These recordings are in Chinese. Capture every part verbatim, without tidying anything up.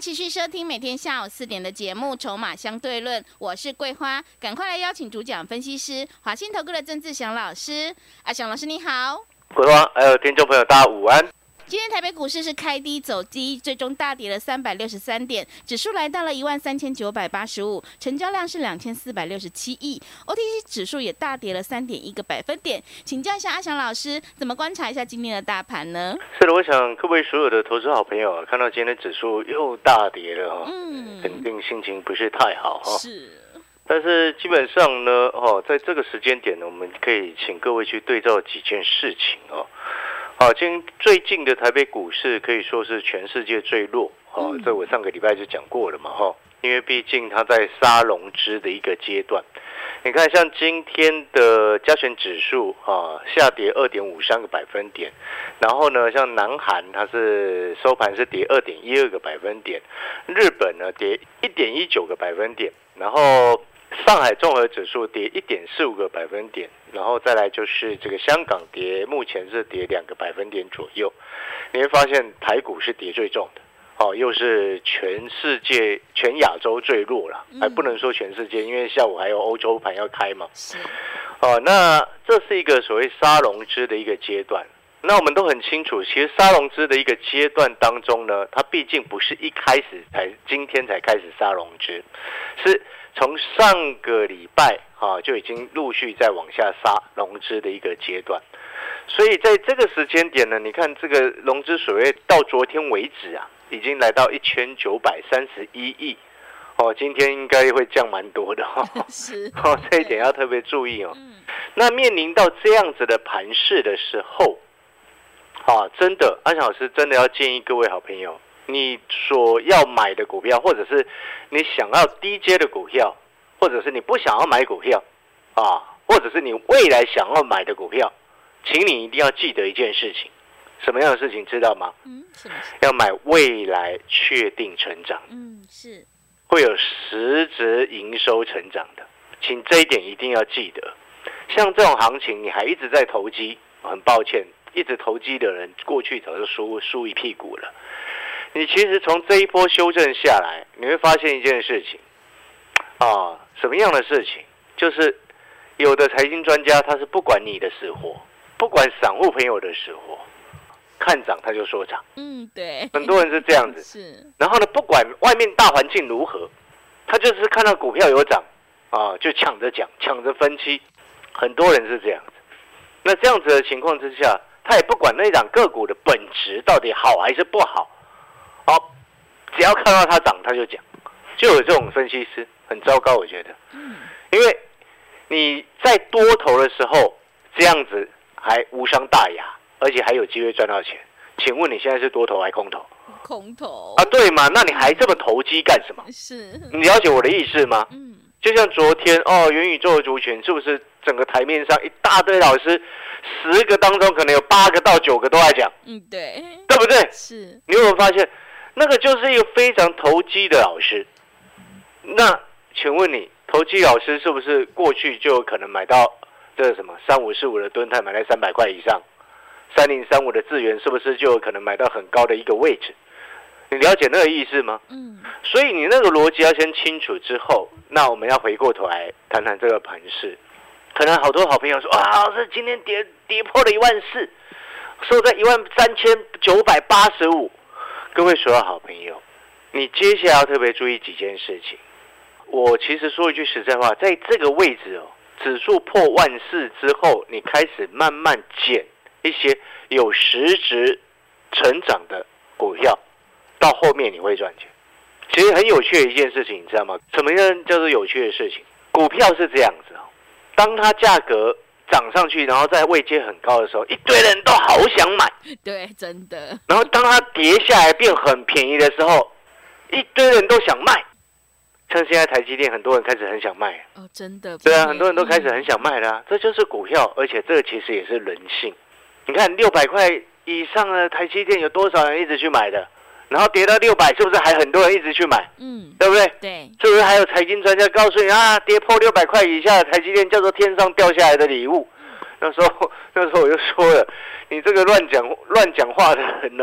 持续收听每天下午四点的节目《筹码相对论》，我是桂花，赶快来邀请主讲分析师华信投顾的曾志祥老师。阿祥老师你好。 桂花还有听众朋友大家午安。 今天台北股市是开低走低，最终大跌了三百六十三点，指数来到了一万三千九百八十五，成交量是两千四百六十七亿 ，O T C 指数也大跌了三点一个百分点。请教一下阿翔老师，怎么观察一下今天的大盘呢？ 是的，我想各位所有的投资好朋友啊，看到今天的指数又大跌了哈， 嗯， 肯定心情不是太好哈。 是。 但是基本上呢，哦，在这个时间点呢，我们可以请各位去对照几件事情哦。好，今最近的台北股市可以说是全世界最弱，哦，这我上个礼拜就讲过了嘛，哈，因为毕竟它在杀融资的一个阶段。你看，像今天的加权指数啊，下跌二点五三个百分点，然后呢，像南韩它是收盘是跌二点一二个百分点，日本呢跌一点一九个百分点，然后上海综合指数跌一点四五个百分点，然后再来就是这个香港跌，目前是跌两个百分点左右。你会发现台股是跌最重的，哦，又是全世界、全亚洲最弱了，还不能说全世界，因为下午还有欧洲盘要开嘛。哦，那这是一个所谓杀融资的一个阶段。那我们都很清楚，其实杀融资的一个阶段当中呢，它毕竟不是一开始才今天才开始杀融资，是从上个礼拜啊就已经陆续在往下杀融资的一个阶段。所以在这个时间点呢，你看这个融资水位到昨天为止啊，已经来到一千九百三十一亿。哦，今天应该会降蛮多的哦， 是哦，这一点要特别注意哦。嗯、那面临到这样子的盘势的时候，啊，真的，阿翔老师真的要建议各位好朋友，你所要买的股票，或者是你想要低阶的股票，或者是你不想要买股票，啊，或者是你未来想要买的股票，请你一定要记得一件事情，什么样的事情知道吗？ 嗯，什么事？ 要买未来确定成长， 嗯，是会有实质营收成长的，请这一点一定要记得。像这种行情，你还一直在投机，很抱歉。一直投机的人，过去早就输输一屁股了。你其实从这一波修正下来，你会发现一件事情，啊，什么样的事情？就是有的财经专家他是不管你的死活，不管散户朋友的死活，看涨他就说涨。 嗯，对， 很多人是这样子。 是。然后呢，不管外面大环境如何，他就是看到股票有涨，啊，就抢着讲，抢着分期。很多人是这样子。那这样子的情况之下，他也不管那档个股的本质到底好还是不好，好，只要看到它涨他就讲，就有这种分析师很糟糕，我觉得，因为你在多头的时候这样子还无伤大雅，而且还有机会赚到钱。请问你现在是多头还空头？ 空头啊，对嘛？那你还这么投机干什么？ 是， 你了解我的意思吗？ 嗯， 就像昨天哦，元宇宙的族群是不是整个台面上一大堆老师？十个当中可能有八个到九个都在讲， 嗯，对， 对不对？ 是， 你有没有发现，那个就是一个非常投机的老师？那请问你，投机老师是不是过去就有可能买到这个什么三五四五的敦泰买在三百块以上，三零三五的智原是不是就有可能买到很高的一个位置？你了解那个意思吗？嗯。所以你那个逻辑要先清楚之后，那我们要回过头来谈谈这个盘势。可能好多好朋友说啊，老师今天跌跌破了一万四，收在一万三千九百八十五。各位所有好朋友，你接下来要特别注意几件事情。我其实说一句实在话，在这个位置哦，指数破万四之后，你开始慢慢减一些有实质成长的股票，到后面你会赚钱。其实很有趣的一件事情，你知道吗？什么样叫做有趣的事情？股票是这样子哦。当它价格涨上去，然后在位阶很高的时候，一堆人都好想买。 对，真的。 然后当它跌下来变很便宜的时候，一堆人都想卖。像现在台积电，很多人开始很想卖。 哦，真的。 对啊，很多人都开始很想卖了、啊。这就是股票，而且这个其实也是人性。你看六百块以上的台积电，有多少人一直去买的？然后跌到六百，是不是还很多人一直去买？嗯，对不对？ 对， 是不是还有财经专家告诉你啊，跌破六百块以下的台积电叫做天上掉下来的礼物？那时候，那时候我就说了，你这个乱讲乱讲话的人哦，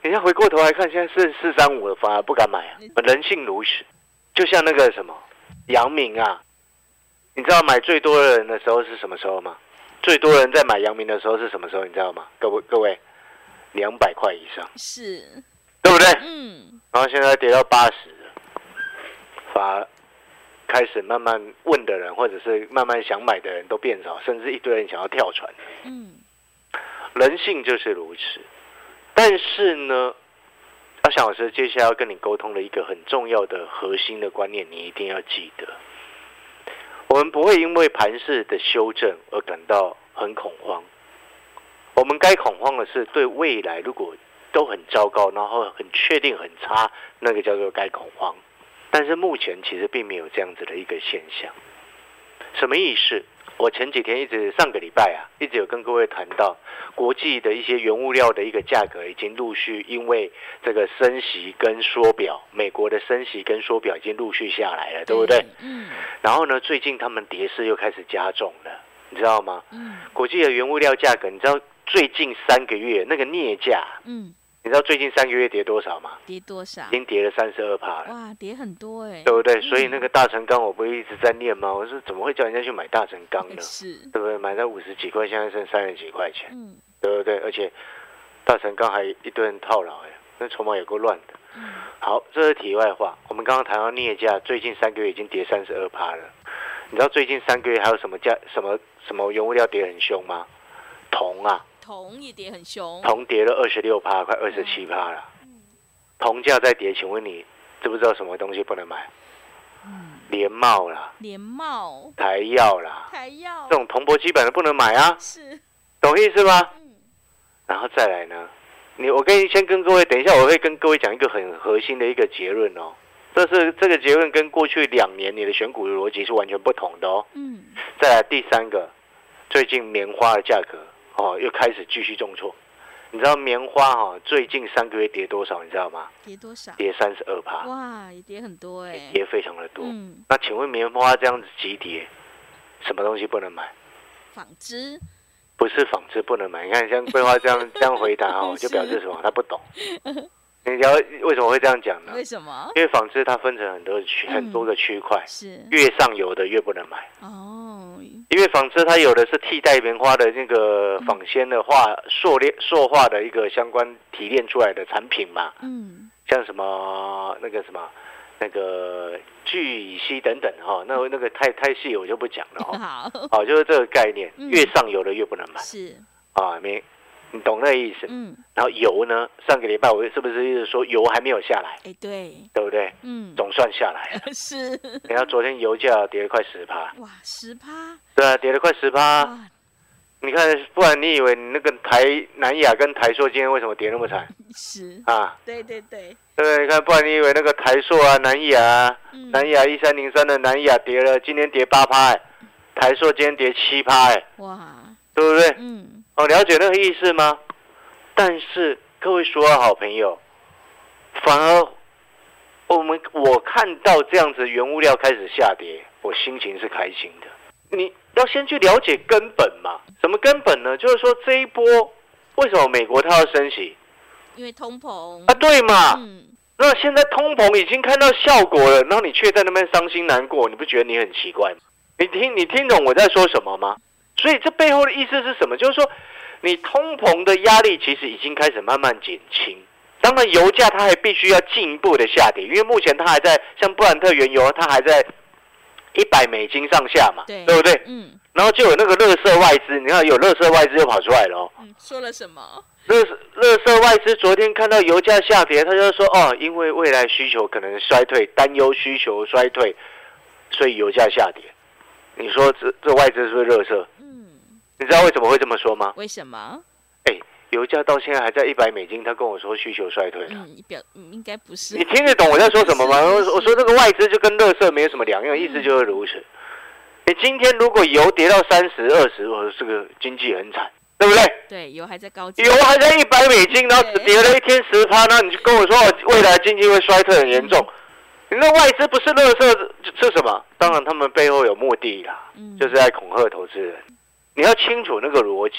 人家回过头来看，现在是四三五了，反而不敢买啊。人性如此，就像那个什么阳明啊，你知道买最多的人的时候是什么时候吗？最多人在买阳明的时候是什么时候？你知道吗？各位各位，两百块以上， 是， 对不对？ 嗯。 然后现在跌到八十了，反而开始慢慢问的人，或者是慢慢想买的人都变少，甚至一堆人想要跳船。 嗯， 人性就是如此。但是呢，阿翔老师接下来要跟你沟通的一个很重要的核心的观念，你一定要记得。我们不会因为盘势的修正而感到很恐慌，我们该恐慌的是对未来如果都很糟糕，然后很确定很差，那个叫做该恐慌。但是目前其实并没有这样子的一个现象。什么意思？我前几天一直上个礼拜啊，一直有跟各位谈到国际的一些原物料的一个价格已经陆续因为这个升息跟缩表，美国的升息跟缩表已经陆续下来了，对不对？嗯。然后呢，最近他们跌势又开始加重了，你知道吗？嗯。国际的原物料价格，你知道最近三个月那个镍价，嗯。你知道最近三个月跌多少吗？ 跌多少？ 已经跌了三十二趴了。 哇，跌很多哎、欸， 对不对？嗯、所以那个大成钢，我不是一直在念吗？我说怎么会叫人家去买大成钢呢？ 是， 对不对？买在五十几块，现在剩三十几块钱， 嗯， 对不对？而且大成钢还一堆人套牢哎，那筹码有够乱的。嗯，好，这是题外话。我们刚刚谈到镍价，最近三个月已经跌三十二趴了。你知道最近三个月还有什么价、什么什么原物料跌很凶吗？铜啊。 铜也跌很凶， 铜跌了二十六趴，快二十七趴了。嗯，铜价在跌，请问你知不知道什么东西不能买？嗯，联茂啦， 联茂、 台药啦， 台药这种铜箔基本的不能买啊。 是， 懂意思吗？ 嗯。 然后再来呢，你我跟你先跟各位，等一下我会跟各位讲一个很核心的一个结论哦。这是这个结论跟过去两年你的选股的逻辑是完全不同的哦。嗯。再来第三个，最近棉花的价格。哦，又开始继续重挫。你知道棉花哈、哦、最近三个月跌多少？你知道吗？ 跌多少？ 跌三十二趴。 哇，也跌很多哎、欸， 跌非常的多。 嗯， 那请问棉花这样子急跌，什么东西不能买？ 纺织？ 不是纺织不能买。你看像桂花这样这样回答哦，就表示什么？他不懂。你了为什么会这样讲呢？ 为什么？ 因为纺织它分成很多区、很多个区块， 是越上游的越不能买。 哦， 因为纺织它有的是替代棉花的那个纺纤的化塑炼塑化的一个相关提炼出来的产品嘛，嗯，像什么那个什么那个聚乙烯等等哈、哦，那那个太太细我就不讲了哈、哦。好，哦，就是这个概念，越上游的越不能买。 是啊，没。你懂那意思？嗯，然后油呢？上个礼拜我是不是一直说油还没有下来？ 哎，对， 对不对？嗯，总算下来了。 是。 然后昨天油价跌了快十趴。 哇，十趴？ 对啊，跌了快十趴。你看，不然你以为你那个台南亚跟台塑今天为什么跌那么惨？ 是啊， 对对对。 对，你看，不然你以为那个台塑啊、南亚啊、嗯、南亚一三零三的南亚跌了，今天跌八趴，哎，台塑今天跌七趴，哎， 哇， 对不对？ 嗯。 哦，了解那个意思吗？但是各位所有好朋友，反而我们我看到这样子原物料开始下跌，我心情是开心的。你要先去了解根本嘛？什么根本呢？就是说这一波为什么美国它要升息？ 因为通膨啊，对嘛？ 嗯。 那现在通膨已经看到效果了，然后你却在那边伤心难过，你不觉得你很奇怪吗？你听你听懂我在说什么吗？所以这背后的意思是什么？就是说，你通膨的压力其实已经开始慢慢减轻。当然，油价它还必须要进一步的下跌，因为目前它还在像布兰特原油，它还在一百美金上下嘛， 对, 对不对？嗯。然后就有那个垃圾外资，你看有垃圾外资又跑出来了哦。 嗯，说了什么？ 垃垃圾外资昨天看到油价下跌，他就说哦，因为未来需求可能衰退，担忧需求衰退，所以油价下跌。你说这这外资是不是垃圾？嗯，你知道为什么会这么说吗？ 为什么？ 哎，油价到现在还在一百美金，他跟我说需求衰退了。 嗯，表应该不是。 你听得懂我在说什么吗？我我说这个外资就跟垃圾没有什么两样，意思就是如此。你今天如果油跌到三十、二十，我说这个经济很惨，对不对？ 对，油还在高价， 油还在一百美金，然后只跌了一天十趴，然后你就跟我说未来经济会衰退很严重。嗯，你那外资不是垃圾是什么？当然他们背后有目的啦，嗯，就是在恐吓投资人。你要清楚那个逻辑。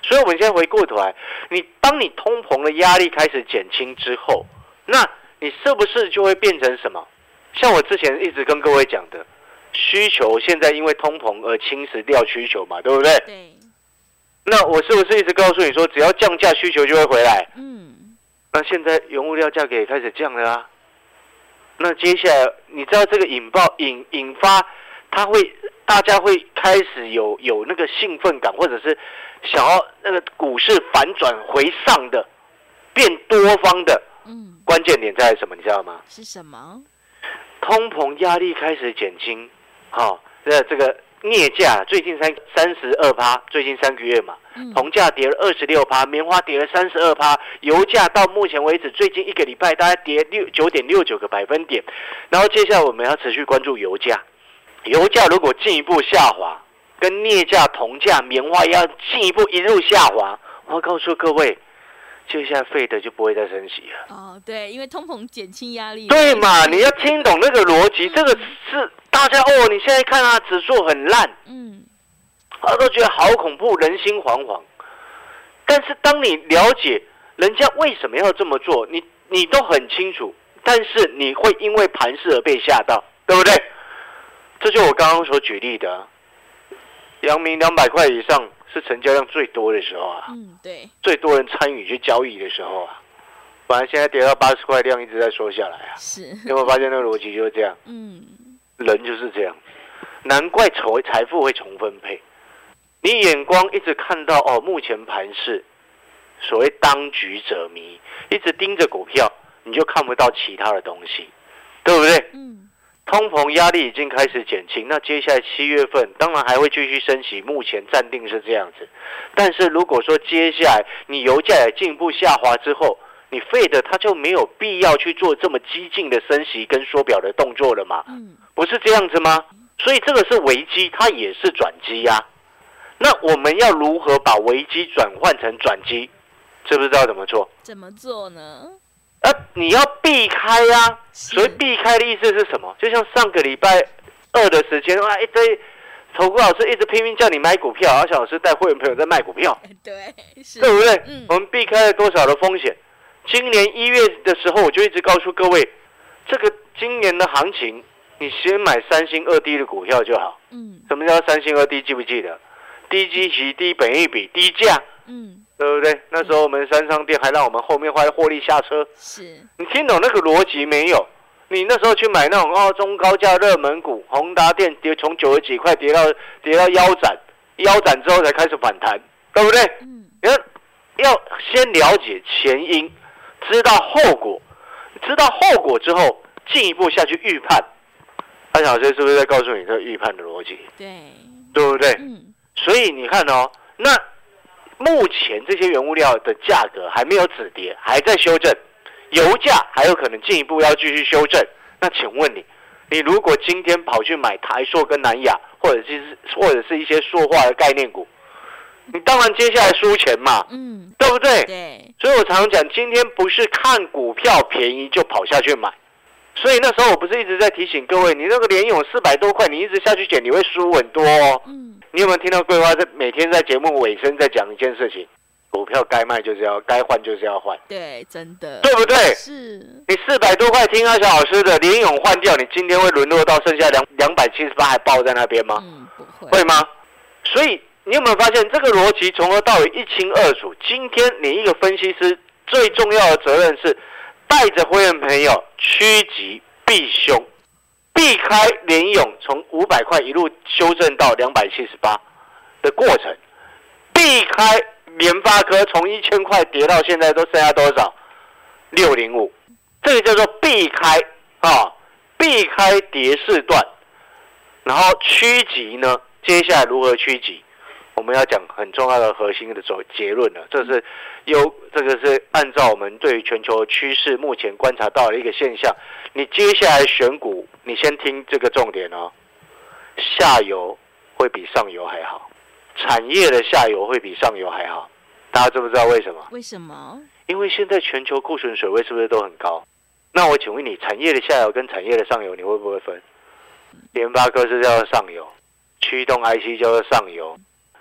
所以我们现在回过头来，你当你通膨的压力开始减轻之后，那你是不是就会变成什么？像我之前一直跟各位讲的，需求现在因为通膨而侵蚀掉需求嘛，对不对？ 对。 那我是不是一直告诉你说，只要降价，需求就会回来？ 嗯。 那现在原物料价格也开始降了啊。那接下来，你知道这个引爆引引发，它会大家会开始有有那个兴奋感，或者是想要那个股市反转回上的，变多方的。嗯。关键点在什么？你知道吗？ 是什么？ 通膨压力开始减轻，好、哦，那这个镍价最近三三十二趴，最近三个月嘛，铜价跌了二十六趴，棉花跌了三十二趴，油价到目前为止最近一个礼拜大概跌六九点六九个百分点，然后接下来我们要持续关注油价，油价如果进一步下滑，跟镍价、铜价、棉花要进一步一路下滑，我要告诉各位。接下来费的就不会再升息了。 哦，对，因为通膨减轻压力。 对嘛？你要听懂那个逻辑，这个是大家哦。你现在看啊，指数很烂，嗯，他都觉得好恐怖，人心惶惶。但是当你了解人家为什么要这么做，你你都很清楚。但是你会因为盘势而被吓到，对不对？这就我刚刚所举例的，阳明两百块以上。是成交量最多的时候啊， 嗯，对， 最多人参与去交易的时候啊，本来现在跌到八十块，量一直在缩下来啊， 是， 有没有发现那个逻辑就是这样？嗯，人就是这样，难怪财财富会重分配。你眼光一直看到哦，目前盘势，所谓当局者迷，一直盯着股票，你就看不到其他的东西，对不对？嗯。通膨压力已经开始减轻，那接下来七月份当然还会继续升息，目前暂定是这样子。但是如果说接下来你油价也进一步下滑之后，你费的它就没有必要去做这么激进的升息跟缩表的动作了嘛？嗯，不是这样子吗？所以这个是危机，它也是转机啊。那我们要如何把危机转换成转机？知不知道怎么做？ 怎么做呢？ 啊，你要避开啊！所谓避开的意思是什么？就像上个礼拜二的时间啊，一堆投顾老师一直拼命叫你买股票，而小老师带会员朋友在卖股票， 对，是， 对不对？嗯，我们避开了多少的风险？今年一月的时候，我就一直告诉各位，这个今年的行情，你先买三星二低的股票就好。嗯，什么叫三星二低？记不记得？低基期、低本益比、低价。嗯。对不对？那时候我们三商店还让我们后面还获利下车。 是， 你听懂那个逻辑没有？你那时候去买那种哦中高价热门股，宏达电跌从九十几块跌到跌到腰斩，腰斩之后才开始反弹，对不对？嗯。要要先了解前因，知道后果，知道后果之后，进一步下去预判。安小师是不是在告诉你这个预判的逻辑？ 对， 对不对？嗯。所以你看哦，那。目前这些原物料的价格还没有止跌，还在修正，油价还有可能进一步要继续修正。那请问你，你如果今天跑去买台塑跟南亚，或者是或者是一些塑化的概念股，你当然接下来输钱嘛，嗯，对不对？ 对。 所以我常常讲，今天不是看股票便宜就跑下去买。所以那时候我不是一直在提醒各位，你那个联咏四百多块，你一直下去捡，你会输很多哦。嗯，你有没有听到桂花在每天在节目尾声在讲一件事情？股票该卖就是要，该换就是要换。 对，真的， 对不对？ 是。你四百多块听阿小老师的联咏换掉，你今天会沦落到剩下两两百七十八还抱在那边吗？ 嗯，不会。 会吗？所以你有没有发现这个逻辑从头到尾一清二楚？今天你一个分析师最重要的责任是。带着会员朋友趋吉避凶，避开联咏从五百块一路修正到两百七十八的过程，避开联发科从一千块跌到现在都剩下多少？六零五，这个叫做避开啊，避开跌势段，然后趋吉呢？接下来如何趋吉？我们要讲很重要的核心的结论了，这是有这个是按照我们对于全球趋势目前观察到的一个现象。你接下来选股，你先听这个重点哦，下游会比上游还好，产业的下游会比上游还好，大家知不知道为什么？ 为什么？ 因为现在全球库存水位是不是都很高？那我请问你，产业的下游跟产业的上游，你会不会分？联发科是叫做上游，驱动 I C 叫做上游。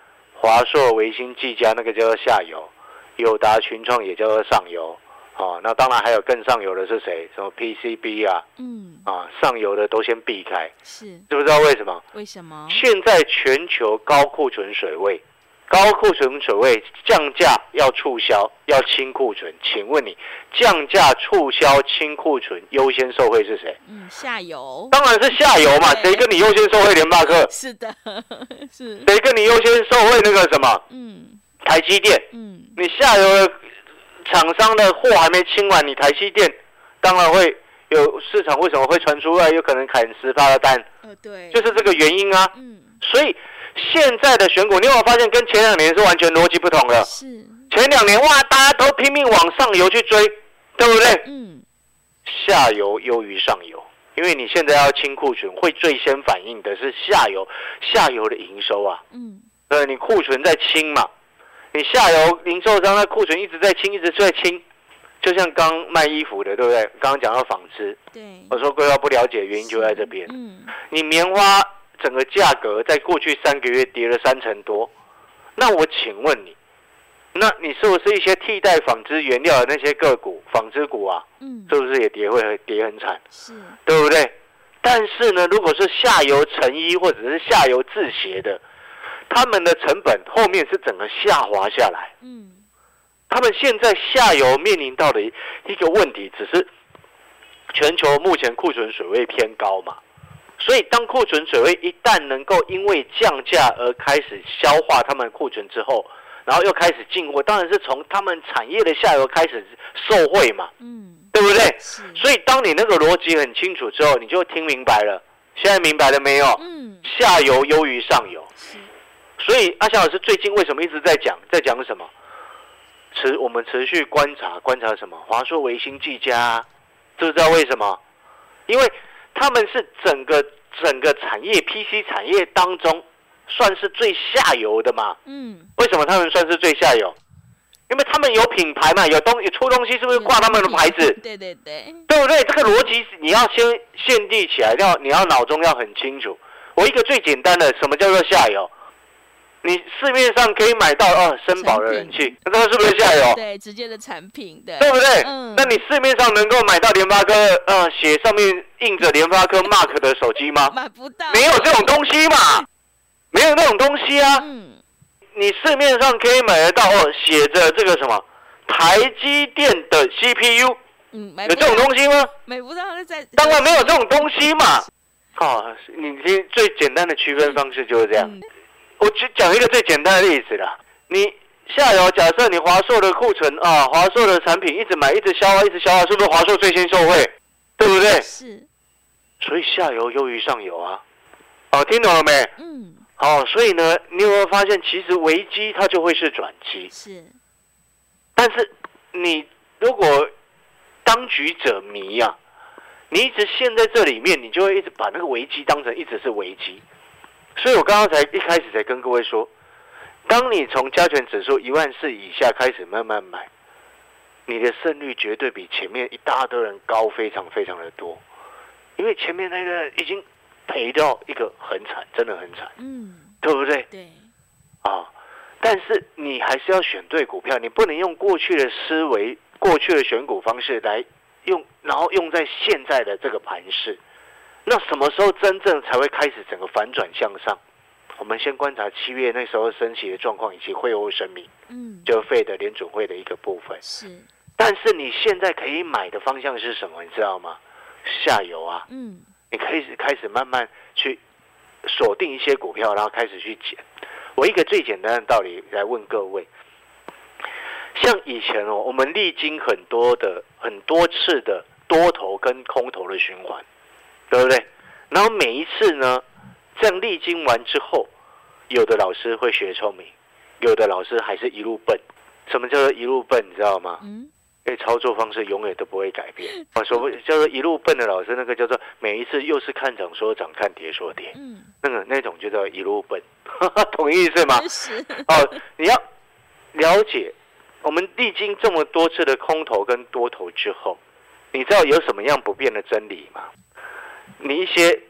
华硕、微星、技嘉那个叫做下游，友达、群创也叫做上游。哦，那当然还有更上游的是谁？什么 P C B 啊？嗯，啊，上游的都先避开。 是， 知不知道为什么？ 为什么？ 现在全球高库存水位，高库存水位降价要促销，要清库存。请问你，降价促销清库存优先受惠是谁？ 嗯，下游。 当然是下游嘛，谁跟你优先受惠？联发科。 是的，是。 谁跟你优先受惠？那个什么？嗯，台积电。嗯，你下游的厂商的货还没清完，你台积电当然会有市场为什么会传出来有可能砍十趴的单？ 呃，对， 就是这个原因啊。嗯，所以现在的选股，你有没有发现跟前两年是完全逻辑不同的？ 是， 前两年哇，大家都拼命往上游去追，对不对？嗯，下游优于上游，因为你现在要清库存，会最先反映的是下游，下游的营收啊。嗯，对，你库存在清嘛。你下游零售商的库存一直在清，一直在清，就像刚卖衣服的，对不对？刚刚讲到纺织， 对， 我说规划不了解原因就在这边。嗯，你棉花整个价格在过去三个月跌了三成多，那我请问你，那你是不是一些替代纺织原料的那些个股、纺织股啊？嗯，是不是也跌会跌很惨？ 是， 对不对？但是呢，如果是下游成衣或者是下游制鞋的，他们的成本后面是整个下滑下来，嗯，他们现在下游面临到的一个问题，只是全球目前库存水位偏高嘛，所以当库存水位一旦能够因为降价而开始消化他们库存之后，然后又开始进货，当然是从他们产业的下游开始受惠嘛，嗯，对不对？所以当你那个逻辑很清楚之后，你就听明白了。现在明白了没有？嗯，下游优于上游。所以阿翔老师最近为什么一直在讲，在讲什么？持我们持续观察，观察什么？华硕、微星、技嘉，知不知道为什么？因为他们是整个整个产业 P C 产业当中算是最下游的嘛。嗯。为什么他们算是最下游？因为他们有品牌嘛，有东有出东西是不是挂他们的牌子？ 对对对。 对不对？这个逻辑你要先限定起来，要你要脑中要很清楚。我一个最简单的，什么叫做下游？你市面上可以买到哦，森宝的冷气，那是不是下游？ 对，直接的产品，对， 对不对？嗯。那你市面上能够买到联发科，呃，写上面印着联发科 mark 的手机吗？ 买不到， 没有这种东西嘛，没有那种东西啊。嗯。你市面上可以买得到哦，写着这个什么台积电的 C P U， 嗯，有这种东西吗？ 买不到，在当然没有这种东西嘛。哦，你听最简单的区分方式就是这样。嗯，我就讲一个最简单的例子啦，你下游假设你华硕的库存啊，华硕的产品一直买，一直消化，一直消化，是不是华硕最先受惠？对不对？ 是。 所以下游优于上游啊。哦，听懂了没？嗯。哦，所以呢，你有没有发现，其实危机它就会是转机？ 是。 但是你如果当局者迷啊，你一直陷在这里面，你就会一直把那个危机当成一直是危机。所以我刚刚才一开始才跟各位说，当你从加权指数一万四以下开始慢慢买，你的胜率绝对比前面一大堆人高非常非常的多，因为前面那个已经赔到一个很惨，真的很惨，嗯，对不对？ 对， 啊，但是你还是要选对股票，你不能用过去的思维、过去的选股方式来用，然后用在现在的这个盘势。那什么时候真正才会开始整个反转向上？我们先观察七月那时候升息的状况以及会后声明，嗯，就费的联准会的一个部分。 是， 但是你现在可以买的方向是什么？你知道吗？下游啊，嗯，你可以开始慢慢去锁定一些股票，然后开始去捡。我一个最简单的道理来问各位，像以前哦，我们历经很多的很多次的多头跟空头的循环。对不对？然后每一次呢，这样历经完之后，有的老师会学聪明，有的老师还是一路笨。什么叫做一路笨？你知道吗？嗯，因为操作方式永远都不会改变。啊，所谓叫做一路笨的老师，那个叫做每一次又是看涨说涨，看跌说跌。嗯，那个那种就叫一路笨，懂意思吗？ 是。 哦，你要了解，我们历经这么多次的空头跟多头之后，你知道有什么样不变的真理吗？你一些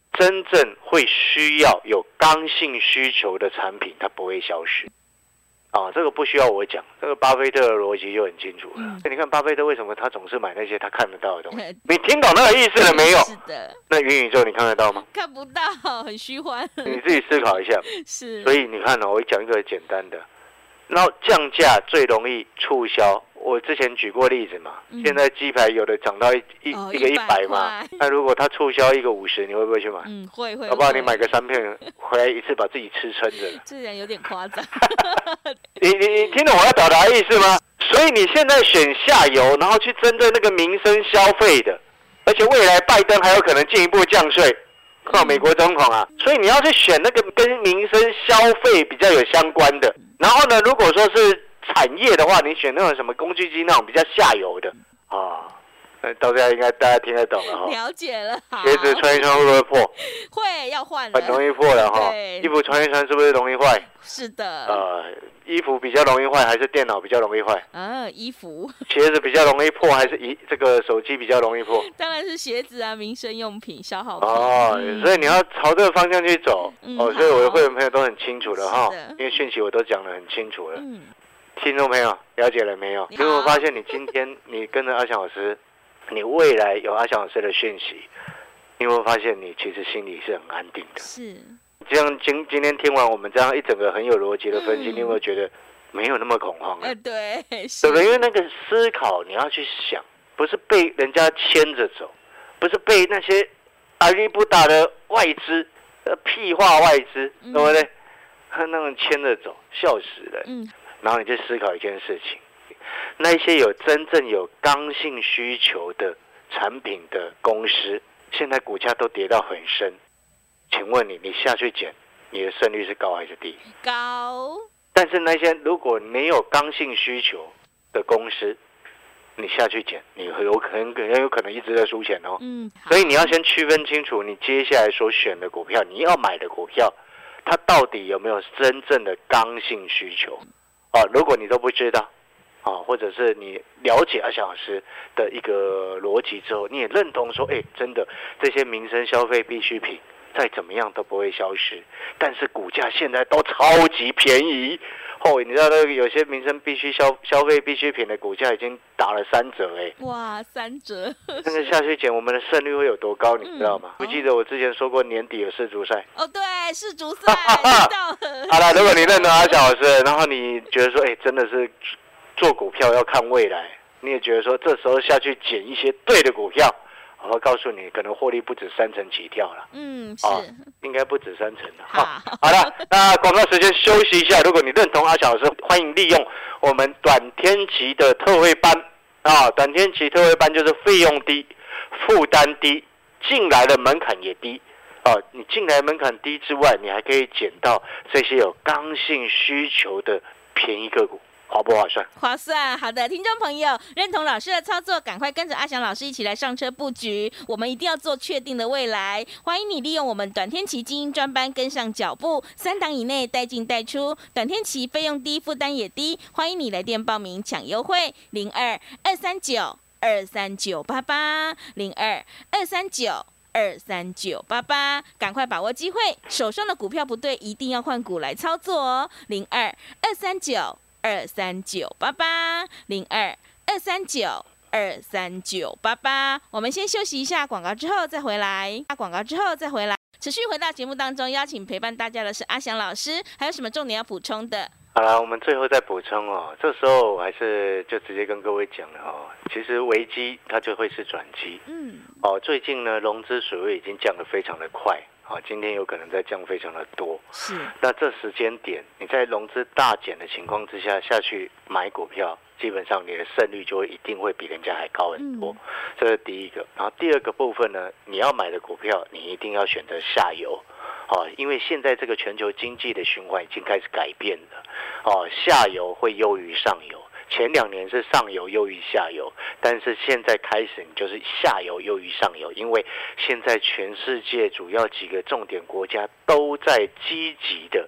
真正会需要有刚性需求的产品，它不会消失。啊，这个不需要我讲，这个巴菲特的逻辑就很清楚了。嗯、你看巴菲特为什么他总是买那些他看得到的东西？你听懂那个意思了没有？ 是的。 那元宇宙你看得到吗？ 看不到，很虚幻。 你自己思考一下。 是。 所以你看哦，我讲一个简单的，然后降价最容易促销。我之前举过例子嘛，嗯、现在鸡排有的涨到一一、哦、一个一百嘛，那如果它促销一个五十，你会不会去买？ 嗯，会会。 好不好？你买个三片回来一次，把自己吃撑着。 这人有点夸张。 你你你听懂我要表达的意思吗？所以你现在选下游，然后去针对那个民生消费的，而且未来拜登还有可能进一步降税，靠美国总统啊，所以你要去选那个跟民生消费比较有相关的。然后呢，如果说是产业的话，你选那种什么工具机那种比较下游的啊，到现在应该大家听得懂了哈。 了解了， 鞋子穿一穿会不会破？ 会，要换了。 很容易破了哈。衣服穿一穿是不是容易坏？ 是的。 呃，衣服比较容易坏，还是电脑比较容易坏？ 啊，衣服。鞋子比较容易破，还是一这个手机比较容易破？ 当然是鞋子啊，民生用品、消耗品。 哦，嗯、所以你要朝这个方向去走。嗯、哦，所以我的会员朋友都很清楚的哈，因为讯息我都讲得很清楚了。嗯。听众朋友，了解了没有？你有没有发现，你今天你跟着阿翔老师，你未来有阿翔老师的讯息，你有没有发现你其实心里是很安定的？ 是。 这样今今天听完我们这样一整个很有逻辑的分析，嗯、你有没有觉得没有那么恐慌了？ 呃，对， 对不对？因为那个思考你要去想，不是被人家牵着走，不是被那些阿里不达的外资、呃屁话外资，对不对？他那种牵着走，笑死人。嗯。然后你就思考一件事情，那一些有真正有刚性需求的产品的公司，现在股价都跌到很深，请问你，你下去捡，你的胜率是高还是低？ 高。 但是那些如果没有刚性需求的公司，你下去捡，你很有可能很有可能一直在输钱哦。嗯。所以你要先区分清楚，你接下来所选的股票，你要买的股票，它到底有没有真正的刚性需求？哦，如果你都不知道，啊、哦，或者是你了解阿翔老师的一个逻辑之后，你也认同说，哎，真的这些民生消费必需品再怎么样都不会消失，但是股价现在都超级便宜。哦，你知道那个有些民生必须消消费必需品的股价已经打了三折哎！ 哇，三折！ 那个下去捡，我们的胜率会有多高？你知道吗？我、嗯、记得我之前说过年底有世足赛。 哦，对，世足赛。知道了。 好了，如果你认同阿翔老师，然后你觉得说，哎，真的是做股票要看未来，你也觉得说这时候下去捡一些对的股票。我会告诉你，可能获利不止三成起跳了。嗯，是、哦，应该不止三成了。好，好了，那广告时间休息一下。如果你认同阿翔老师，欢迎利用我们短天期的特惠班啊，短天期特惠班就是费用低、负担低，进来的门槛也低。哦，你进来门槛低之外，你还可以捡到这些有刚性需求的便宜个股。划不划算？ 划算。好的，听众朋友，认同老师的操作，赶快跟着阿翔老师一起来上车布局。我们一定要做确定的未来。欢迎你利用我们短天期精英专班跟上脚步，三档以内带进带出，短天期费用低，负担也低。欢迎你来电报名抢优惠，零二二三九二三九八八零二二三九。二三九八八，赶快把握机会，手上的股票不对，一定要换股来操作哦。零二二三九二三九八八零二二三九二三九八八。我们先休息一下广告，之后再回来。广告之后再回来，持续回到节目当中，邀请陪伴大家的是阿翔老师。还有什么重点要补充的？ 好了，我们最后再补充哦。这时候我还是就直接跟各位讲了哦，其实危机它就会是转机。嗯。哦，最近呢，融资水位已经降得非常的快。好，今天有可能再降非常的多。是。那这时间点，你在融资大减的情况之下下去买股票，基本上你的胜率就会一定会比人家还高很多。嗯、这是第一个。然后第二个部分呢，你要买的股票，你一定要选择下游。哦，因为现在这个全球经济的循环已经开始改变了，哦，下游会优于上游，前两年是上游优于下游，但是现在开始你就是下游优于上游，因为现在全世界主要几个重点国家都在积极的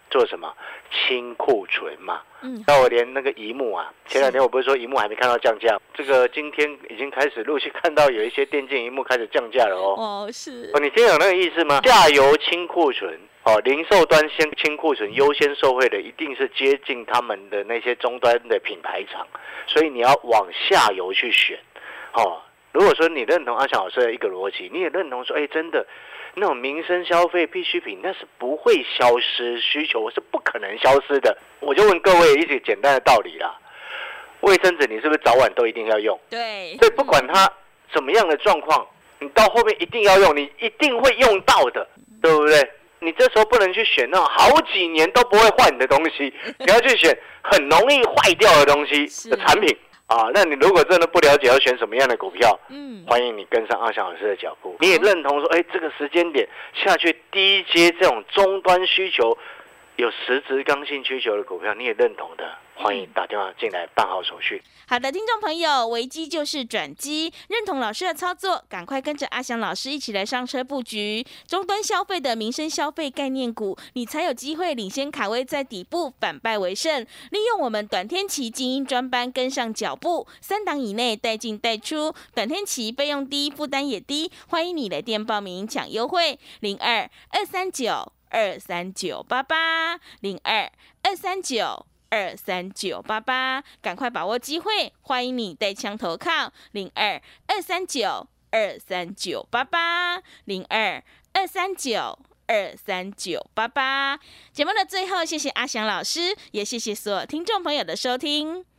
做什么清库存嘛。 嗯， 那我连那个宜木啊，前两天我不是说宜木还没看到降价，这个今天已经开始陆续看到有一些电竞宜木开始降价了哦。 哦，是哦，你听懂那个意思吗？下游清库存。哦，零售端先清库存，优先受惠的一定是接近他们的那些终端的品牌厂，所以你要往下游去选。哦，如果说你认同阿翔老师的一个逻辑，你也认同说，哎，真的那种民生消费必需品，那是不会消失，需求是不可能消失的。我就问各位一些简单的道理啦，卫生纸你是不是早晚都一定要用？ 对， 所以不管它怎么样的状况，你到后面一定要用，你一定会用到的，对不对？你这时候不能去选那种好几年都不会换的东西，你要去选很容易坏掉的东西的产品啊。那你如果真的不了解要选什么样的股票，嗯，欢迎你跟上阿翔老师的脚步。你也认同说，哎，这个时间点下去低阶这种终端需求有实质刚性需求的股票，你也认同的，欢迎打电话进来办好手续。 好的，听众朋友，危机就是转机，认同老师的操作，赶快跟着阿翔老师一起来上车布局终端消费的民生消费概念股，你才有机会领先卡位在底部，反败为胜。利用我们短天期精英专班跟上脚步，三档以内带进带出，短天期费用低，负担也低，欢迎你来电报名抢优惠，零二二三九二三九八八零二二三九。二三九八八，赶快把握机会，欢迎你带枪投靠零二二三九二三九八八零二二三九二三九八八。节目的最后，谢谢阿翔老师，也谢谢所有听众朋友的收听。